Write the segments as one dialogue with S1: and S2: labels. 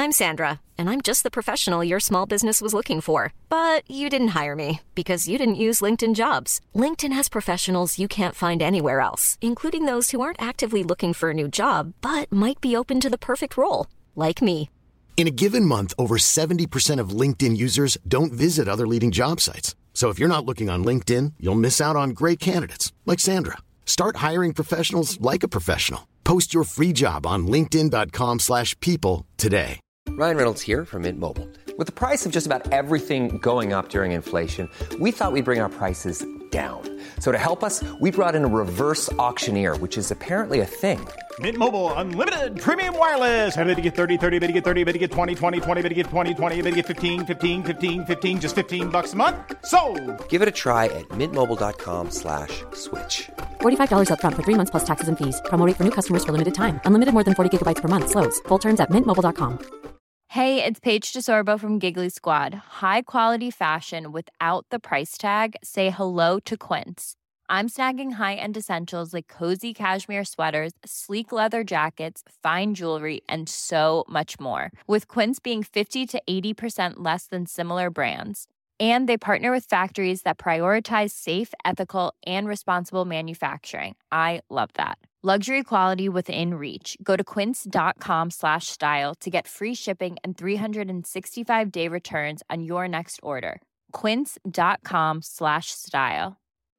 S1: I'm Sandra, and I'm just the professional your small business was looking for. But you didn't hire me because you didn't use LinkedIn Jobs. LinkedIn has professionals you can't find anywhere else, including those who aren't actively looking for a new job, but might be open to the perfect role, like me.
S2: In a given month, over 70% of LinkedIn users don't visit other leading job sites. So if you're not looking on LinkedIn, you'll miss out on great candidates like Sandra. Start hiring professionals like a professional. Post your free job on linkedin.com/people today.
S3: Ryan Reynolds here from Mint Mobile. With the price of just about everything going up during inflation, we thought we'd bring our prices down. So to help us, we brought in a reverse auctioneer, which is apparently a thing.
S4: Mint Mobile Unlimited Premium Wireless. How to get 30, 30, bit to get 30, bit to get 20, 20, 20, bit to get 20, 20, bit to get 15, 15, 15, 15, just $15 a month? Sold! Give it a try at mintmobile.com/switch.
S5: $45 up front for 3 months plus taxes and fees. Promo rate for new customers for limited time. Unlimited more than 40 gigabytes per month. Slows full terms at mintmobile.com.
S6: Hey, it's Paige DeSorbo from Giggly Squad. High quality fashion without the price tag. Say hello to Quince. I'm snagging high-end essentials like cozy cashmere sweaters, sleek leather jackets, fine jewelry, and so much more. With Quince being 50 to 80% less than similar brands. And they partner with factories that prioritize safe, ethical, and responsible manufacturing. I love that. Luxury quality within reach. Go to quince.com/style to get free shipping and 365-day returns on your next order. Quince.com/style.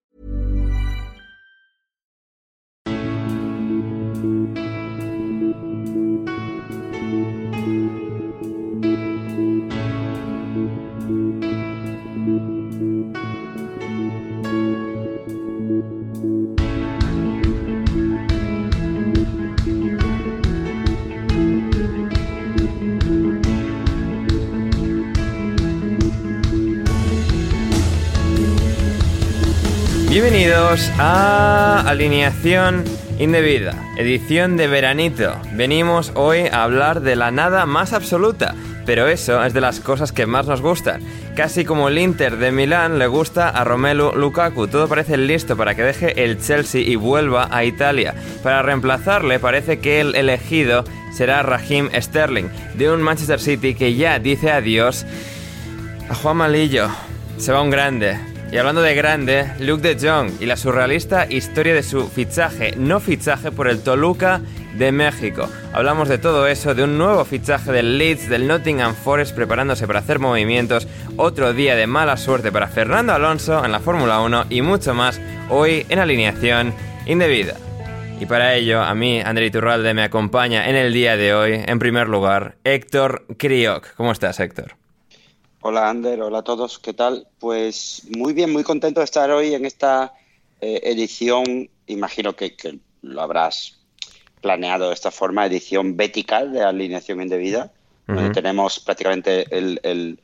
S7: Bienvenidos a Alineación Indebida, edición de veranito. Venimos hoy a hablar de la nada más absoluta, pero eso es de las cosas que más nos gustan. Casi como el Inter de Milán le gusta a Romelu Lukaku, todo parece listo para que deje el Chelsea y vuelva a Italia. Para reemplazarle parece que el elegido será Raheem Sterling, de un Manchester City que ya dice adiós a Juan Malillo. Se va un grande. Y hablando de grande, Luuk de Jong y la surrealista historia de su fichaje, no fichaje por el Toluca de México. Hablamos de todo eso, de un nuevo fichaje del Leeds, del Nottingham Forest preparándose para hacer movimientos, otro día de mala suerte para Fernando Alonso en la Fórmula 1 y mucho más hoy en Alineación Indebida. Y para ello, a mí, Ander Iturralde, me acompaña en el día de hoy, en primer lugar, Héctor Crioc. ¿Cómo estás, Héctor?
S8: Hola Ander, hola a todos, ¿qué tal? Pues muy bien, muy contento de estar hoy en esta edición, imagino que lo habrás planeado de esta forma, edición bética de Alineación Indebida, donde tenemos prácticamente el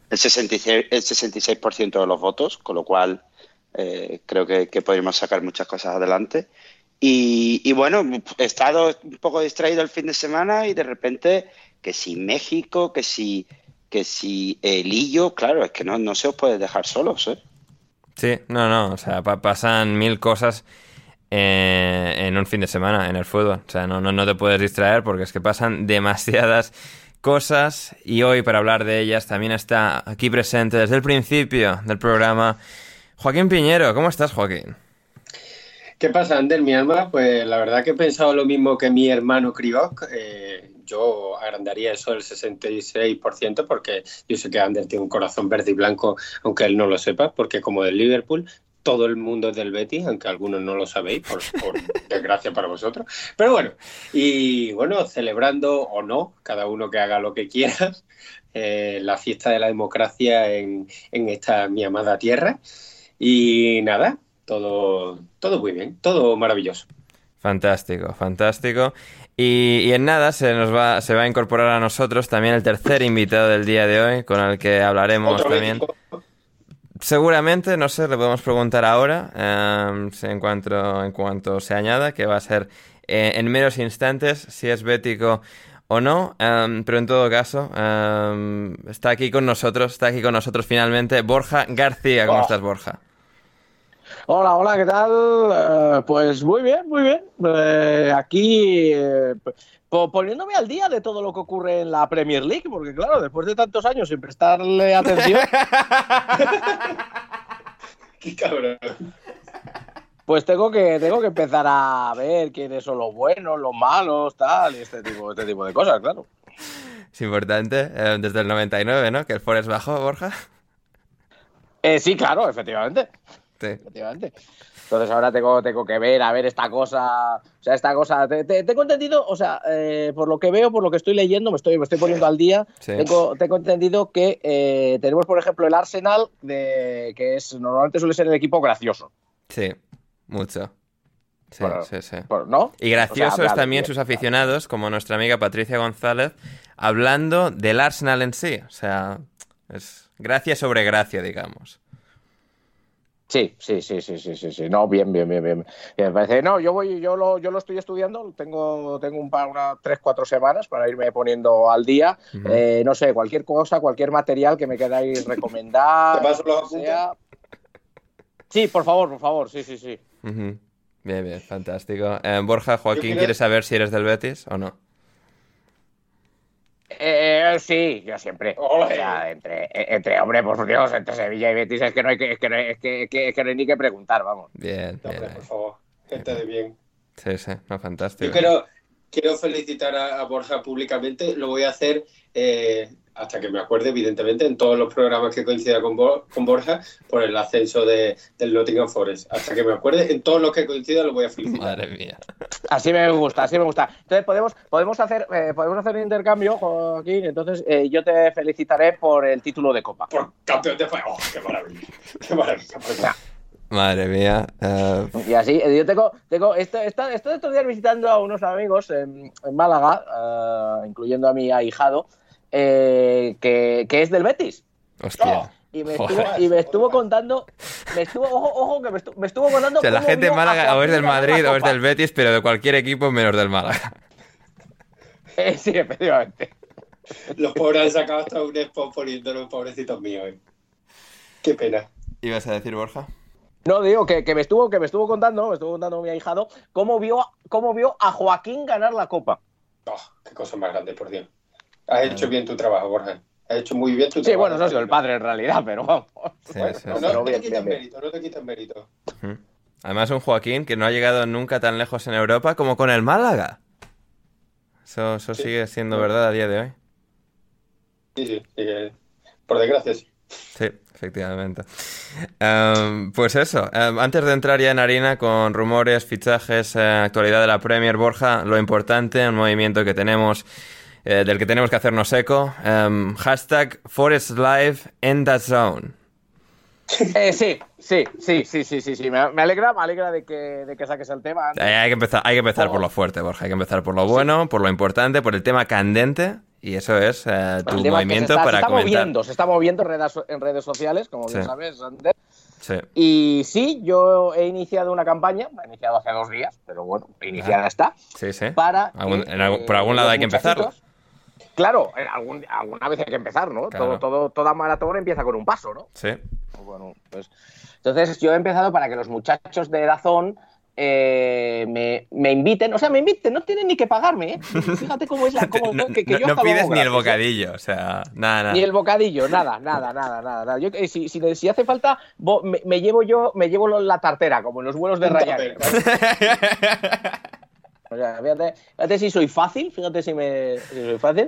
S8: 66% de los votos, con lo cual creo que podremos sacar muchas cosas adelante. Y bueno, he estado un poco distraído el fin de semana y de repente que si México, que si Lillo, claro, es que no se os puede dejar solos, ¿eh?
S7: Sí, no, o sea, pasan mil cosas en un fin de semana en el fútbol. O sea, no te puedes distraer porque es que pasan demasiadas cosas y hoy para hablar de ellas también está aquí presente desde el principio del programa Joaquín Piñero. ¿Cómo estás, Joaquín?
S9: ¿Qué pasa, Ander, mi alma? Pues la verdad que he pensado lo mismo que mi hermano Crioc. Yo agrandaría eso del 66% porque yo sé que Ander tiene un corazón verde y blanco, aunque él no lo sepa, porque como del Liverpool, todo el mundo es del Betis, aunque algunos no lo sabéis, por desgracia para vosotros. Pero bueno, y bueno, celebrando o no, cada uno que haga lo que quiera, la fiesta de la democracia en esta mi amada tierra. Y nada, todo muy bien, todo maravilloso.
S7: Fantástico. Y en nada se va a incorporar a nosotros también el tercer invitado del día de hoy, con el que hablaremos también. Seguramente, no sé, le podemos preguntar ahora, en cuanto se añada, que va a ser en meros instantes, si es bético o no, pero en todo caso, está aquí con nosotros finalmente Borja García. ¿Cómo estás, Borja?
S10: Hola, hola, ¿qué tal? Pues muy bien, muy bien. Aquí poniéndome al día de todo lo que ocurre en la Premier League, porque claro, después de tantos años sin prestarle atención,
S9: ¡Qué cabrón!
S10: pues tengo que empezar a ver quiénes son los buenos, los malos, tal, y este tipo de cosas, claro.
S7: Es importante, desde el 99, ¿no? Que el Forest bajó, Borja.
S10: Sí, claro, efectivamente.
S7: Sí.
S10: Efectivamente. Entonces ahora tengo que ver, a ver esta cosa. O sea, esta cosa. Tengo entendido, o sea, por lo que veo, por lo que estoy leyendo, me estoy poniendo al día.
S7: Sí.
S10: Tengo entendido que tenemos, por ejemplo, el Arsenal, que normalmente suele ser el equipo gracioso.
S7: Sí, mucho. Sí, sí.
S10: ¿No?
S7: Y graciosos
S10: O sea,
S7: también sus aficionados, como nuestra amiga Patricia González, hablando del Arsenal en sí. O sea, es gracia sobre gracia, digamos.
S10: Sí. No, bien. Me parece, no, yo lo estoy estudiando, tengo unas 3-4 semanas para irme poniendo al día. Uh-huh. No sé, cualquier cosa, cualquier material que me queráis recomendar.
S9: ¿Te paso los apuntes?
S10: Sí, por favor, sí.
S7: Uh-huh. Bien, fantástico. Borja, Joaquín, ¿quieres saber si eres del Betis o no?
S10: Sí, yo siempre. O sea, entre hombre, por Dios, entre Sevilla y Betis es que no hay ni que preguntar, vamos.
S7: Bien.
S9: Hombre, por favor, gente de bien.
S7: Sí, no, fantástico.
S9: Yo quiero felicitar a Borja públicamente, lo voy a hacer hasta que me acuerde, evidentemente, en todos los programas que coincida con Borja, por el ascenso del Nottingham Forest. Hasta que me acuerde, en todos los que coincida lo voy a felicitar.
S7: Madre mía.
S10: Así me gusta. Entonces podemos hacer un intercambio, Joaquín. Entonces yo te felicitaré por el título de Copa.
S9: Por campeón de país. ¡Oh, qué maravilla!
S7: Madre mía.
S10: Y así, yo tengo estos días visitando a unos amigos en Málaga, incluyendo a mi ahijado, que es del Betis.
S7: Hostia.
S10: Y me estuvo contando, me estuvo contando.
S7: O sea, la gente de Málaga o es del Madrid o es del Betis, pero de cualquier equipo menos del Málaga.
S10: Sí, efectivamente.
S9: Los pobres han sacado hasta un spot poniéndolo, pobrecitos míos. Qué pena.
S7: ¿Ibas a decir, Borja?
S10: No, digo que me estuvo contando mi ahijado cómo vio a Joaquín ganar la Copa.
S9: Oh, qué cosa más grande, por Dios. Has hecho bien tu trabajo, Borja. Has hecho muy bien tu trabajo.
S10: Sí, bueno, no soy el padre en realidad, pero vamos.
S7: Sí,
S10: bueno,
S7: sí,
S9: no te quites mérito.
S7: Además, un Joaquín que no ha llegado nunca tan lejos en Europa como con el Málaga. Eso sigue siendo verdad a día de hoy.
S9: Sí. Por desgracia, sí.
S7: Sí, efectivamente. Pues eso, antes de entrar ya en harina con rumores, fichajes, actualidad de la Premier, Borja, lo importante, un movimiento que tenemos, del que tenemos que hacernos eco, hashtag #ForestLive in that zone.
S10: Sí. Me alegra de que saques el tema.
S7: Hay que empezar por lo fuerte, Borja. Hay que empezar por lo bueno, por lo importante, por el tema candente. Y eso es tu movimiento para comentar.
S10: Se está moviendo en redes sociales, como bien sabes, Ander.
S7: Sí.
S10: Y sí, yo he iniciado una campaña, la he iniciado hace 2 días, pero bueno, iniciada está.
S7: Sí.
S10: Para
S7: por algún lado hay que empezar.
S10: Claro, alguna vez hay que empezar, ¿no?
S7: Claro.
S10: Toda maratón empieza con un paso, ¿no?
S7: Sí.
S10: Bueno, pues entonces yo he empezado para que los muchachos de DAZN me inviten, no tienen ni que pagarme, ¿eh? Fíjate cómo es la que yo
S7: no pides ni el
S10: gratis,
S7: bocadillo, o sea, nada.
S10: Ni el bocadillo, nada. Yo, si hace falta, me llevo la tartera, como en los vuelos de Ryanair. O sea, fíjate si soy fácil, si soy fácil.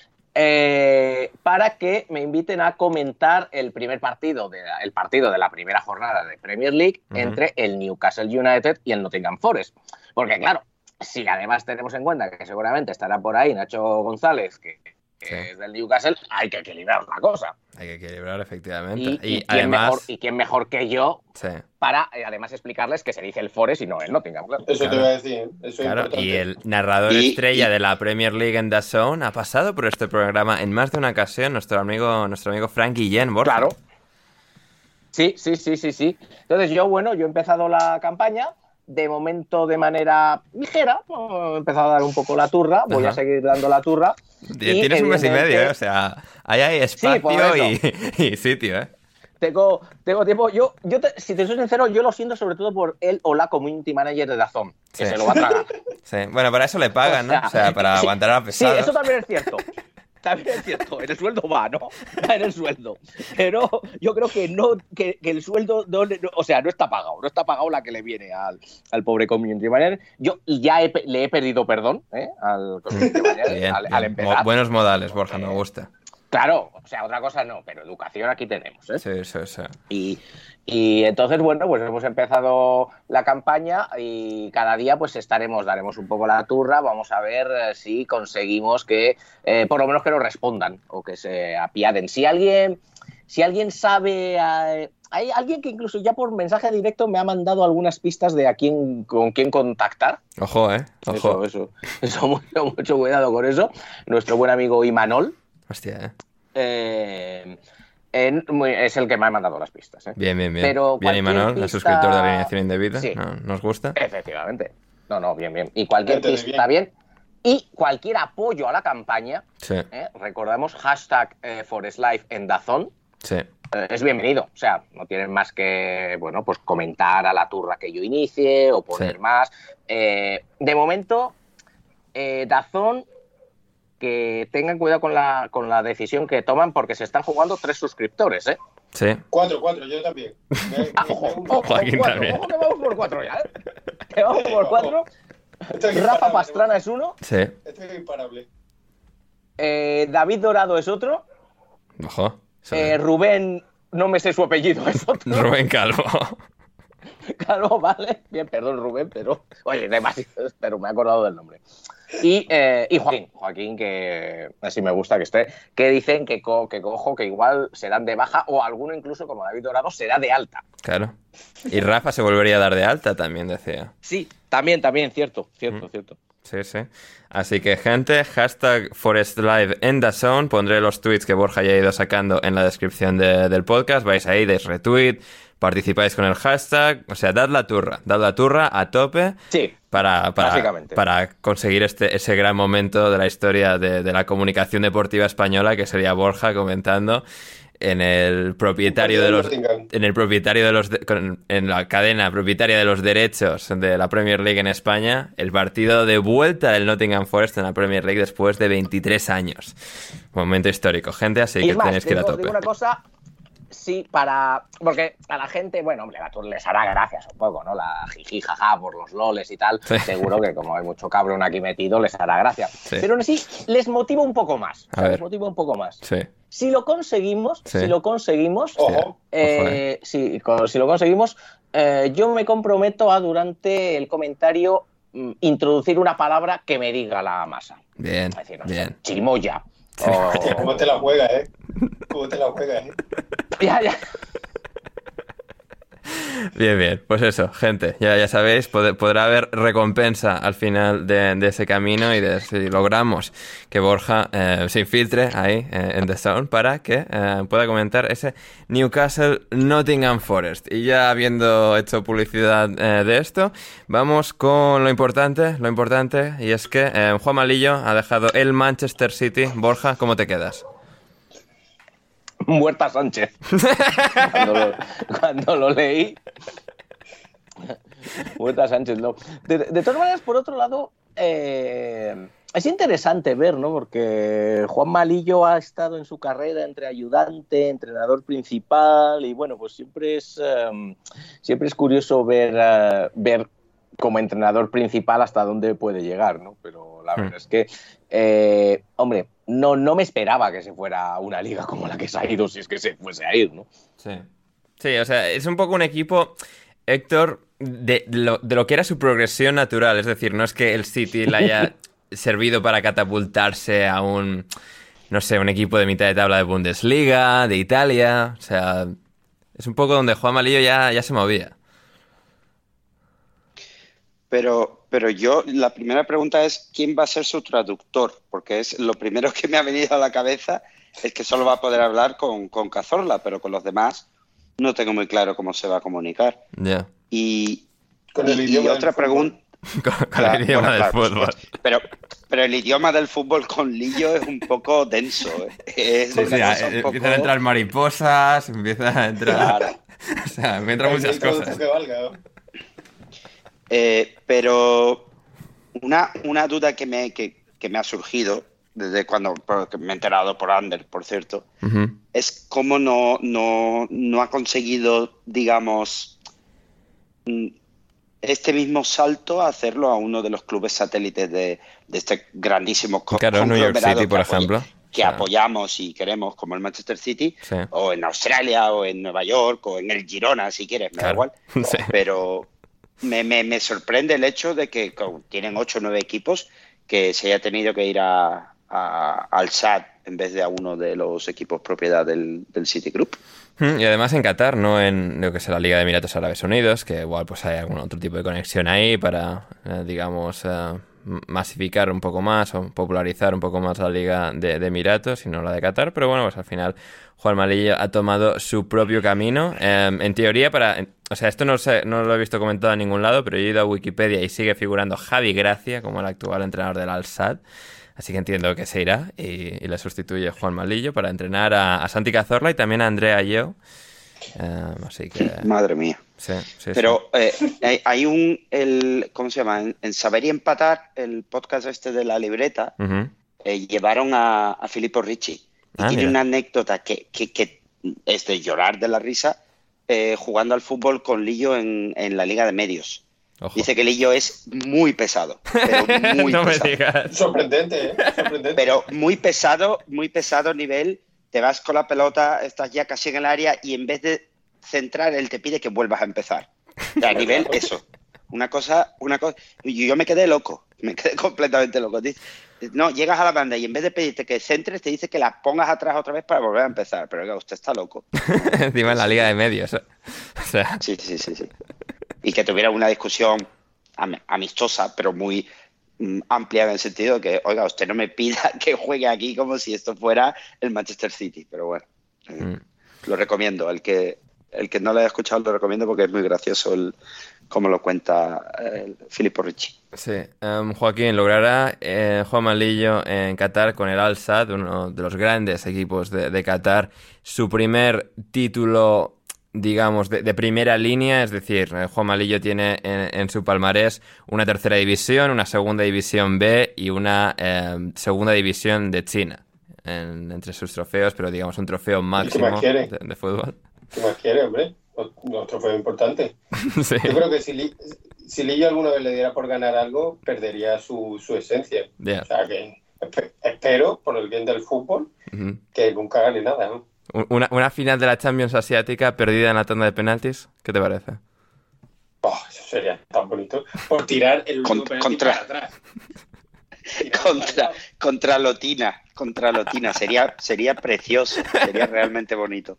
S10: Para que me inviten a comentar el partido de la primera jornada de Premier League entre el Newcastle United y el Nottingham Forest. Porque claro, si además tenemos en cuenta que seguramente estará por ahí Nacho González, que es del Newcastle, hay que equilibrar la cosa.
S7: Hay que equilibrar, efectivamente.
S10: Y
S7: además...
S10: quién mejor que yo para además explicarles que se dice el Forest y no el Nottingham. Claro.
S9: Eso te iba a decir. Eso
S7: claro, y el narrador estrella de la Premier League en DAZN ha pasado por este programa en más de una ocasión, nuestro amigo Frank Guillén, Borja.
S10: Claro. Sí. Entonces yo he empezado la campaña. De momento de manera ligera, he empezado a dar un poco la turra, voy a seguir dando la turra.
S7: Tienes un mes y medio, o sea, ahí hay espacio y sitio,
S10: tengo tiempo. Si te soy sincero, yo lo siento sobre todo por él o la community manager de DAZN, que se lo va a tragar.
S7: Sí. Bueno, para eso le pagan, ¿no? O sea, para aguantar a pesados.
S10: Sí, eso también es cierto. También es cierto, en el sueldo va, ¿no? Va en el sueldo. Pero yo creo que el sueldo no está pagado. No está pagado la que le viene al pobre community manager. Yo ya le he pedido perdón al community manager
S7: Bien,
S10: al empezar.
S7: Buenos modales, Borja, me gusta.
S10: Claro, o sea, otra cosa no, pero educación aquí tenemos, ¿eh?
S7: Sí.
S10: Y entonces, bueno, pues hemos empezado la campaña y cada día pues daremos un poco la turra, vamos a ver si conseguimos que, por lo menos que nos respondan o que se apiaden. Si alguien sabe, hay alguien que incluso ya por mensaje directo me ha mandado algunas pistas de con quién contactar.
S7: Ojo, ojo.
S10: Eso, mucho cuidado con eso. Nuestro buen amigo Imanol.
S7: Hostia,
S10: es el que me ha mandado las pistas.
S7: Bien.
S10: Pero
S7: bien, Imanol, el suscriptor de Alineación Indebida.
S10: Sí.
S7: ¿Nos gusta?
S10: Efectivamente. No, bien. Y cualquier pista está bien. Y cualquier apoyo a la campaña,
S7: sí.
S10: Recordamos, #ForestLife en DAZN.
S7: Sí.
S10: Es bienvenido. O sea, no tienen más que, bueno, pues comentar a la turra que yo inicie o poner más. De momento, DAZN, que tengan cuidado con la decisión que toman porque se están jugando 3 suscriptores, ¿eh?
S7: Sí.
S9: 4, yo también.
S7: Joaquín también.
S10: Ojo que vamos por 4 ya, ¿eh? Que vamos por 4. Rafa Pastrana es uno.
S7: Sí.
S9: Esto es imparable.
S10: David Dorado es otro.
S7: Ojo.
S10: Rubén, no me sé su apellido, es otro.
S7: Rubén Calvo.
S10: Calvo, vale. Bien, perdón, Rubén, pero... Oye, demasiado, pero me he acordado del nombre. Y Joaquín, que así me gusta que esté, que dicen que cojo, que igual serán de baja o alguno incluso, como David Dorado, será de alta.
S7: Claro. Y Rafa se volvería a dar de alta también, decía.
S10: Sí, también, cierto.
S7: Sí. Así que, gente, #ForestLive en DAZN. Pondré los tweets que Borja ya ha ido sacando en la descripción del podcast. Vais ahí, dais retweet, participáis con el hashtag. O sea, dad la turra a tope.
S10: Sí,
S7: para conseguir ese gran momento de la historia de la comunicación deportiva española, que sería Borja comentando en el propietario en la cadena propietaria de los derechos de la Premier League en España, el partido de vuelta del Nottingham Forest en la Premier League después de 23 años. Momento histórico, gente, así que tenéis que ir a tope.
S10: Digo una cosa, sí, porque a la gente, bueno, hombre, les hará gracias un poco, ¿no? La jiji, jaja, por los loles y tal. Sí. Seguro que como hay mucho cabrón aquí metido, les hará gracia. Sí. Pero sí, les motiva un poco más. Les motiva un poco más.
S7: Sí.
S10: Si lo conseguimos,
S9: ojo.
S10: Si lo conseguimos, yo me comprometo a, durante el comentario, introducir una palabra que me diga la masa.
S7: Bien,
S10: es decir,
S7: bien.
S10: Chirimoya.
S9: ¿Cómo te la juegas,
S10: Ya.
S7: Bien. Pues eso, gente. Ya sabéis, podrá haber recompensa al final de ese camino y si logramos que Borja se infiltre ahí en DAZN para que pueda comentar ese Newcastle Nottingham Forest. Y ya habiendo hecho publicidad de esto, vamos con lo importante, y es que Juan Malillo ha dejado el Manchester City. Borja, ¿cómo te quedas?
S10: Muerta Sánchez. Cuando lo leí. Muerta Sánchez, no. De todas maneras, por otro lado, es interesante ver, ¿no? Porque Juan Malillo ha estado en su carrera entre ayudante, entrenador principal, y bueno, pues siempre es curioso ver como entrenador principal hasta dónde puede llegar, ¿no? Pero la verdad es que, hombre, no me esperaba que se fuera a una liga como la que se ha ido, si es que se fuese a ir, ¿no?
S7: Sí, o sea, es un poco un equipo, Héctor, de lo que era su progresión natural. Es decir, no es que el City le haya servido para catapultarse a un equipo de mitad de tabla de Bundesliga, de Italia. O sea, es un poco donde Juan Malillo ya se movía.
S8: Pero yo, la primera pregunta es, ¿quién va a ser su traductor? Porque es lo primero que me ha venido a la cabeza, es que solo va a poder hablar con Cazorla, pero con los demás no tengo muy claro cómo se va a comunicar.
S7: Yeah.
S8: Y
S9: con el idioma
S8: otra pregunta,
S7: Con el idioma del fútbol.
S8: Pero el idioma del fútbol con Lillo es un poco denso.
S7: Empiezan a entrar mariposas, empiezan a entrar...
S8: Claro.
S7: O sea, me entran muchas cosas.
S8: Pero una duda que me ha surgido desde cuando me he enterado por Ander, por cierto, es cómo no ha conseguido, digamos, este mismo salto a hacerlo a uno de los clubes satélites de este grandísimo
S7: claro, New York City, por ejemplo.
S8: Que apoyamos y queremos, como el Manchester City,
S7: sí.
S8: O en Australia, o en Nueva York, o en el Girona, si quieres, me da igual.
S7: Sí.
S8: Pero me sorprende el hecho de que tienen 8 o 9 equipos que se haya tenido que ir al SAD en vez de a uno de los equipos propiedad del City Group.
S7: Y además en Qatar, no en lo que es la Liga de Emiratos Árabes Unidos, que igual pues hay algún otro tipo de conexión ahí para, digamos... masificar un poco más o popularizar un poco más la Liga de Emiratos y no la de Qatar, pero bueno, pues al final Juan Malillo ha tomado su propio camino. En teoría, o sea, esto no lo he visto comentado en ningún lado, pero yo he ido a Wikipedia y sigue figurando Javi Gracia como el actual entrenador del Al-Sadd, así que entiendo que se irá y le sustituye Juan Malillo para entrenar a Santi Cazorla y también a Andrea Ayew. Así que...
S8: Madre mía.
S7: Sí,
S8: pero hay ¿cómo se llama? En Saber y Empatar, el podcast este de la libreta, llevaron a Filippo Ricci. Y tiene una anécdota que es de llorar de la risa jugando al fútbol con Lillo en la Liga de Medios. Ojo. Dice que Lillo es muy pesado, pero muy
S7: no
S8: pesado.
S7: Me digas.
S9: Sorprendente.
S8: Pero muy pesado nivel... Te vas con la pelota, estás ya casi en el área y en vez de centrar, él te pide que vuelvas a empezar. O sea, a nivel eso. Una cosa. Yo me quedé loco. Me quedé completamente loco. No, llegas a la banda y en vez de pedirte que centres, te dice que la pongas atrás otra vez para volver a empezar. Pero oiga, usted está loco.
S7: Encima en la Liga de Medios. O sea...
S8: Sí. Y que tuviera una discusión amistosa, pero muy... amplia en el sentido de que, oiga, usted no me pida que juegue aquí como si esto fuera el Manchester City, pero bueno, lo recomiendo. El que no lo haya escuchado lo recomiendo porque es muy gracioso cómo lo cuenta Filippo Ricci.
S7: Sí, Joaquín, ¿logrará Juan Malillo en Qatar con el Al-Sadd, uno de los grandes equipos de Qatar, su primer título, digamos, de primera línea? Es decir, Juan Malillo tiene en su palmarés una tercera división, una segunda división B y una segunda división de China entre sus trofeos, pero digamos un trofeo máximo de fútbol.
S9: ¿Qué más quiere, hombre? Un trofeo importante.
S7: Sí.
S9: Yo creo que si Lillo alguna vez le diera por ganar algo, perdería su esencia.
S7: Yeah.
S9: O sea, que espero, por el bien del fútbol, que nunca gane nada, ¿no?
S7: Una final de la Champions asiática perdida en la tanda de penaltis, ¿qué te parece?
S9: Eso sería tan bonito. Por tirar el último penalti para atrás.
S8: Contra Lotina. Sería precioso. Sería realmente bonito.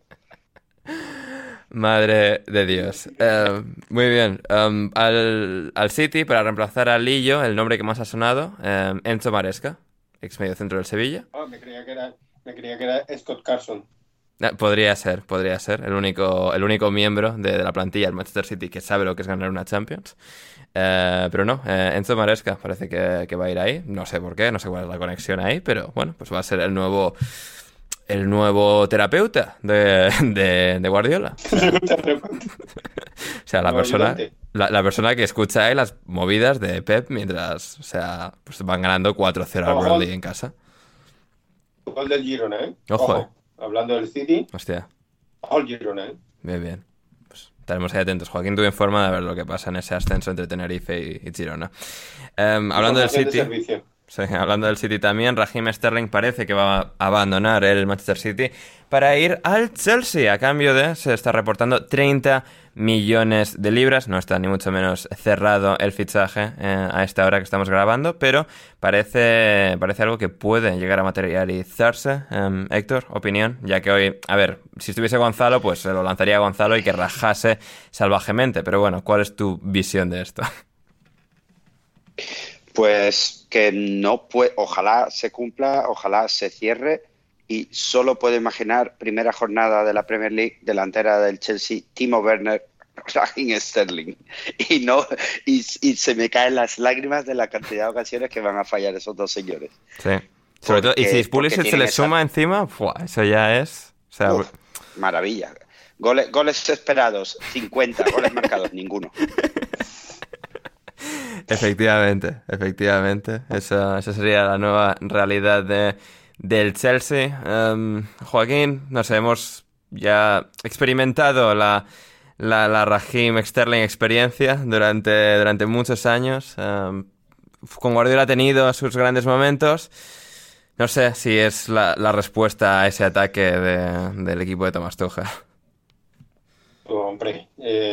S7: Madre de Dios. Muy bien. Al City, para reemplazar a Lillo, el nombre que más ha sonado, Enzo Maresca, ex mediocentro del Sevilla.
S9: Me creía que era Scott Carson.
S7: Podría ser el único miembro de la plantilla del Manchester City que sabe lo que es ganar una Champions. Pero no, Enzo Maresca parece que va a ir ahí. No sé por qué, no sé cuál es la conexión ahí, pero bueno, pues va a ser el nuevo terapeuta de Guardiola. O sea, la persona que escucha ahí las movidas de Pep mientras, o sea, pues van ganando 4-0 al Burnley en casa.
S9: Gol del Girona, ¿eh?
S7: Ojo.
S9: Hablando del City.
S7: Hostia.
S9: Gol Girona, ¿eh?
S7: Bien. Pues estaremos ahí atentos. Joaquín, tú en forma de ver lo que pasa en ese ascenso entre Tenerife y Girona. Hablando del City... Sí, hablando del City también, Raheem Sterling parece que va a abandonar el Manchester City para ir al Chelsea. A cambio se está reportando 30 millones de libras. No está ni mucho menos cerrado el fichaje a esta hora que estamos grabando, pero parece algo que puede llegar a materializarse. Héctor, opinión, ya que hoy, a ver, si estuviese Gonzalo, pues se lo lanzaría a Gonzalo y que rajase salvajemente. Pero bueno, ¿cuál es tu visión de esto?
S8: Pues que no puede, ojalá se cumpla, ojalá se cierre, y solo puedo imaginar primera jornada de la Premier League, delantera del Chelsea, Timo Werner Raheem Sterling. Y se me caen las lágrimas de la cantidad de ocasiones que van a fallar esos dos señores.
S7: Sí. Sobre todo, y si Pulisic se le suma encima, eso ya es... O sea,
S8: maravilla. Goles esperados, 50. Goles marcados, ninguno.
S7: Efectivamente. Esa sería la nueva realidad del Chelsea. Joaquín, nos hemos ya experimentado la Raheem Sterling experiencia durante muchos años. Con Guardiola ha tenido sus grandes momentos. No sé si es la respuesta a ese ataque del equipo de Thomas Tuchel.
S9: Hombre,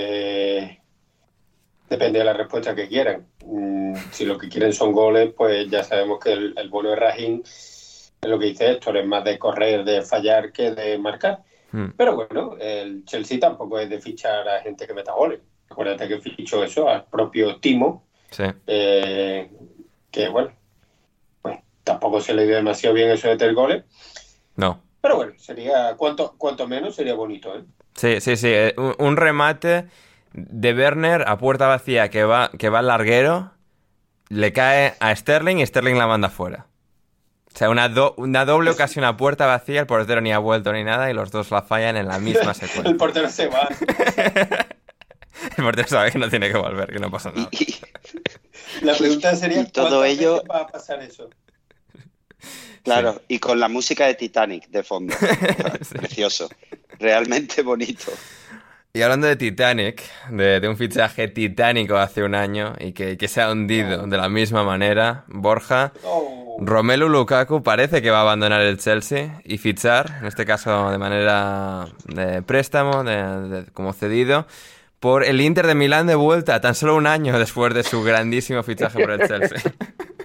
S9: depende de la respuesta que quieran. Si lo que quieren son goles, pues ya sabemos que el bueno de Raheem es lo que dice Héctor, es más de correr, de fallar que de marcar. Pero bueno, el Chelsea tampoco es de fichar a gente que meta goles. Acuérdate que fichó eso al propio Timo,
S7: sí.
S9: Que bueno, pues tampoco se le dio demasiado bien eso de meter goles.
S7: No.
S9: Pero bueno, sería cuanto menos sería bonito, ¿eh?
S7: Sí. Un remate de Werner a puerta vacía que va al larguero, le cae a Sterling y Sterling la manda fuera. O sea, una doble ocasión a puerta vacía, el portero ni ha vuelto ni nada y los dos la fallan en la misma secuencia.
S9: El portero se va.
S7: El portero sabe que no tiene que volver, que no pasa nada.
S9: La pregunta sería,
S8: todo ello
S9: va a pasar eso?
S8: Claro, sí. Y con la música de Titanic de fondo. Sí. Precioso. Realmente bonito.
S7: Y hablando de Titanic, de un fichaje titánico hace un año y que se ha hundido de la misma manera, Borja, Romelu Lukaku parece que va a abandonar el Chelsea y fichar, en este caso de manera de préstamo, como cedido, por el Inter de Milán de vuelta, tan solo un año después de su grandísimo fichaje por el Chelsea.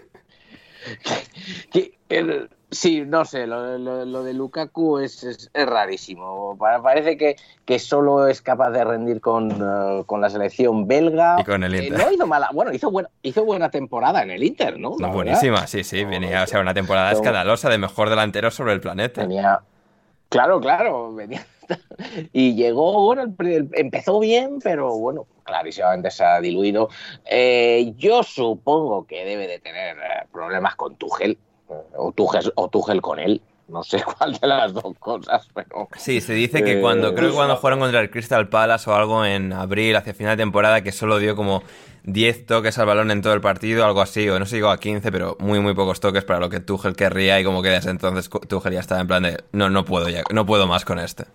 S10: Sí, no sé, lo de Lukaku es rarísimo. Parece que solo es capaz de rendir con la selección belga.
S7: Y con el Inter.
S10: No hizo mala, bueno, hizo buena temporada en el Inter, ¿no?
S7: No, buenísima, sí, venía, o sea, una temporada escandalosa de mejor delantero sobre el planeta.
S10: Claro, venía. Y llegó, bueno, empezó bien, pero bueno, clarísimamente se ha diluido. Yo supongo que debe de tener problemas con Tuchel. O Tuchel con él, no sé cuál de las dos cosas, pero...
S7: Sí, se dice que creo que cuando jugaron contra el Crystal Palace o algo en abril, hacia final de temporada, que solo dio como 10 toques al balón en todo el partido, algo así, o no sé si llegó a 15, pero muy pocos toques para lo que Tuchel querría, y como que desde entonces Tuchel ya estaba en plan de, no puedo más con este.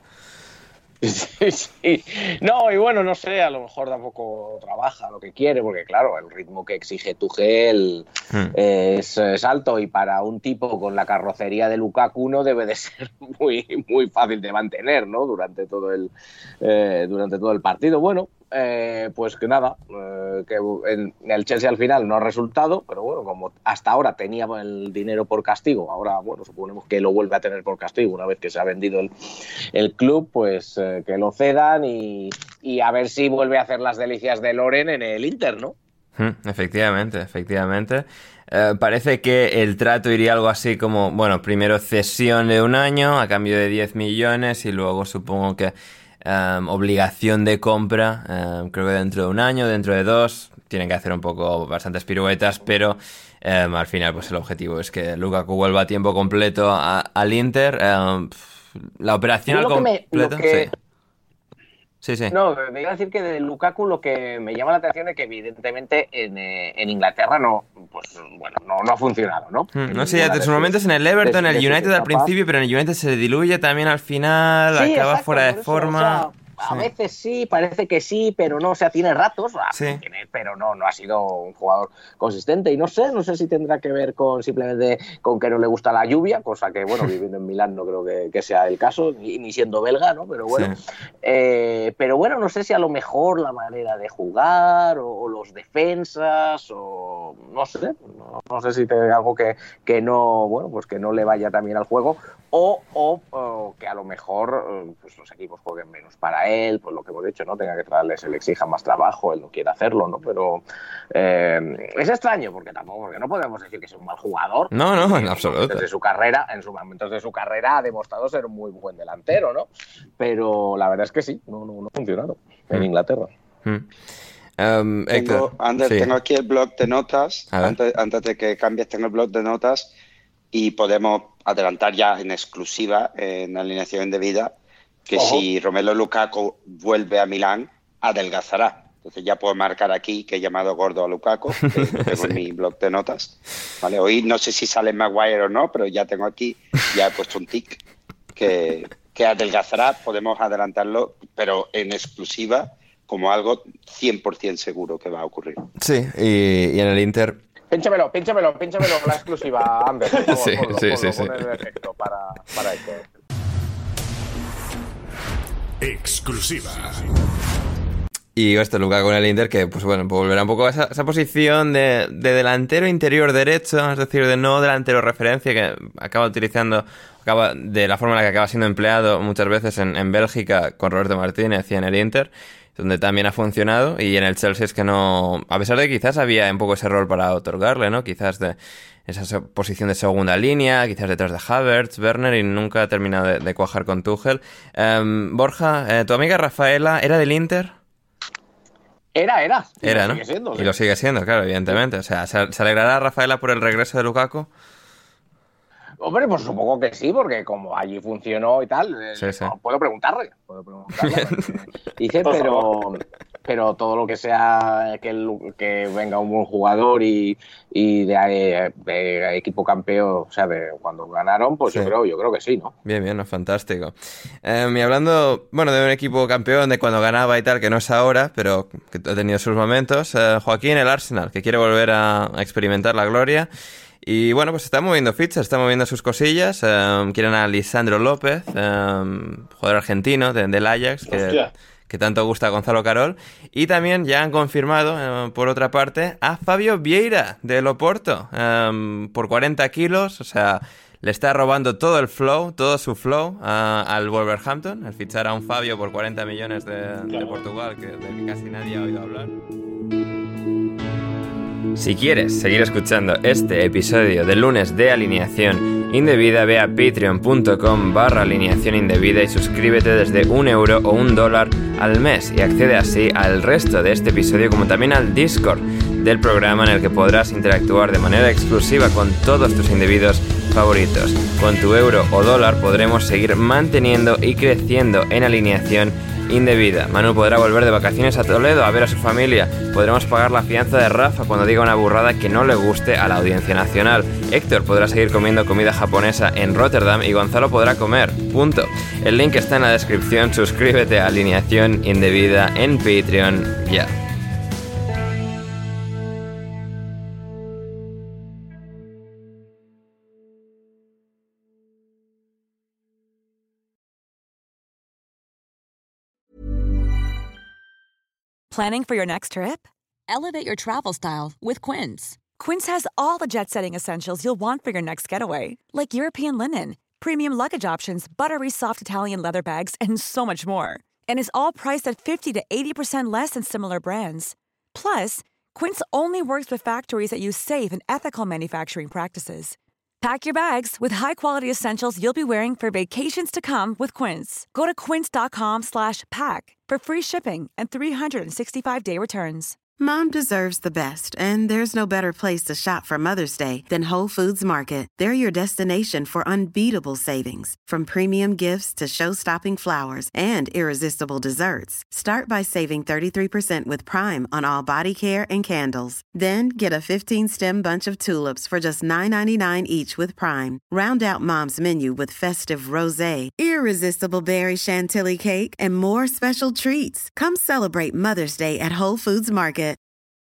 S10: Sí. No, y bueno, no sé, a lo mejor tampoco trabaja lo que quiere, porque claro, el ritmo que exige Tuchel es alto, y para un tipo con la carrocería de Lukaku no debe de ser muy fácil de mantener, ¿no? Durante todo el partido. Bueno, pues que nada, que en el Chelsea al final no ha resultado, pero bueno, como hasta ahora tenía el dinero por castigo, ahora bueno, suponemos que lo vuelve a tener por castigo una vez que se ha vendido el club, pues que lo cedan y a ver si vuelve a hacer las delicias de Loren en el Inter, ¿no?
S7: Efectivamente. Parece que el trato iría algo así como, bueno, primero cesión de un año a cambio de 10 millones y luego supongo que obligación de compra, creo que dentro de un año, dentro de 2, tienen que hacer bastantes piruetas, pero al final pues el objetivo es que Lukaku vuelva a tiempo completo al Inter. La operación al completo... Sí.
S10: No, me iba a decir que de Lukaku lo que me llama la atención es que evidentemente en Inglaterra no ha funcionado, ¿no?
S7: No sé, en sus momentos en el Everton, en el United al principio, pero en el United se diluye también al final, sí, acaba exacto, fuera de forma...
S10: O sea, a veces sí, parece que sí, pero no, o sea, tiene ratos,
S7: sí.
S10: Pero no ha sido un jugador consistente, y no sé si tendrá que ver simplemente con que no le gusta la lluvia, cosa que, bueno, viviendo en Milán no creo que sea el caso, ni siendo belga, ¿no? Pero bueno, sí. Pero bueno, no sé si a lo mejor la manera de jugar o los defensas o no sé si tiene algo que no, bueno, pues que no le vaya también al juego o que a lo mejor pues los equipos jueguen menos para él, pues lo que hemos dicho, ¿no? Tenga que traerle, se le exija más trabajo, él no quiere hacerlo, ¿no? Pero es extraño porque no podemos decir que es un mal jugador.
S7: No, en absoluto.
S10: En sus momentos de su carrera ha demostrado ser un muy buen delantero, ¿no? Pero la verdad es que sí, no ha funcionado en Inglaterra.
S7: Héctor,
S8: tengo aquí el blog de notas. Antes de que cambies, tengo el blog de notas y podemos adelantar ya en exclusiva, en alineación indebida, que si Romelu Lukaku vuelve a Milán, adelgazará. Entonces ya puedo marcar aquí que he llamado gordo a Lukaku, que lo tengo en mi blog de notas. ¿Vale? Hoy no sé si sale Maguire o no, pero ya tengo aquí, ya he puesto un tic que adelgazará. Podemos adelantarlo, pero en exclusiva, como algo 100% seguro que va a ocurrir.
S7: Sí, y en el Inter...
S10: Pínchamelo, la exclusiva, Ander.
S7: Sí.
S10: Pon el efecto para esto.
S11: Exclusiva.
S7: Y esto, Lukaku con el Inter, que pues bueno, volverá un poco a esa posición de delantero interior derecho, es decir, de no delantero referencia, que acaba de la forma en la que acaba siendo empleado muchas veces en Bélgica con Roberto Martínez y en el Inter, donde también ha funcionado, y en el Chelsea es que no, a pesar de que quizás había un poco ese rol para otorgarle, ¿no? Quizás de esa posición de segunda línea, quizás detrás de Havertz, Werner, y nunca ha terminado de cuajar con Tuchel. Borja, ¿tu amiga Rafaela era del Inter?
S10: Era,
S7: ¿no?
S10: Sigue siendo,
S7: y lo sigue siendo, claro, evidentemente. O sea, ¿se alegrará Rafaela por el regreso de Lukaku?
S10: Hombre, pues supongo que sí, porque como allí funcionó y tal,
S7: sí.
S10: Puedo preguntarle. Dice, pero todo lo que sea que venga un buen jugador y de equipo campeón, o sea, de cuando ganaron, pues sí. yo creo que sí, ¿no?
S7: Bien, no, fantástico. Y hablando, bueno, de un equipo campeón, de cuando ganaba y tal, que no es ahora, pero que ha tenido sus momentos, Joaquín, el Arsenal, que quiere volver a experimentar la gloria. Y bueno, pues está moviendo fichas, está moviendo sus cosillas. Quieren a Lisandro López, jugador argentino del Ajax, que tanto gusta a Gonzalo Carol. Y también ya han confirmado, por otra parte, a Fabio Vieira del Oporto, por 40 kilos. O sea, le está robando todo su flow al Wolverhampton, al fichar a un Fabio por 40 millones de Portugal, del que casi nadie ha oído hablar. Si quieres seguir escuchando este episodio de lunes de Alineación Indebida, ve a patreon.com/alineación indebida y suscríbete desde €1 o $1 al mes y accede así al resto de este episodio, como también al Discord del programa, en el que podrás interactuar de manera exclusiva con todos tus indebidos favoritos. Con tu euro o dólar podremos seguir manteniendo y creciendo en Alineación Indebida. Manu podrá volver de vacaciones a Toledo a ver a su familia. Podremos pagar la fianza de Rafa cuando diga una burrada que no le guste a la Audiencia Nacional. Héctor podrá seguir comiendo comida japonesa en Rotterdam y Gonzalo podrá comer. Punto. El link está en la descripción. Suscríbete a Alineación Indebida en Patreon ya.
S12: Planning for your next trip? Elevate your travel style with Quince. Quince has all the jet-setting essentials you'll want for your next getaway, like European linen, premium luggage options, buttery soft Italian leather bags, and so much more. And is all priced at 50 to 80% less than similar brands. Plus, Quince only works with factories that use safe and ethical manufacturing practices. Pack your bags with high-quality essentials you'll be wearing for vacations to come with Quince. Go to quince.com/pack for free shipping and 365-day returns.
S13: Mom deserves the best, and there's no better place to shop for Mother's Day than Whole Foods Market. They're your destination for unbeatable savings, from premium gifts to show-stopping flowers and irresistible desserts. Start by saving 33% with Prime on all body care and candles. Then get a 15-stem bunch of tulips for just $9.99 each with Prime. Round out Mom's menu with festive rosé, irresistible berry chantilly cake, and more special treats. Come celebrate Mother's Day at Whole Foods Market.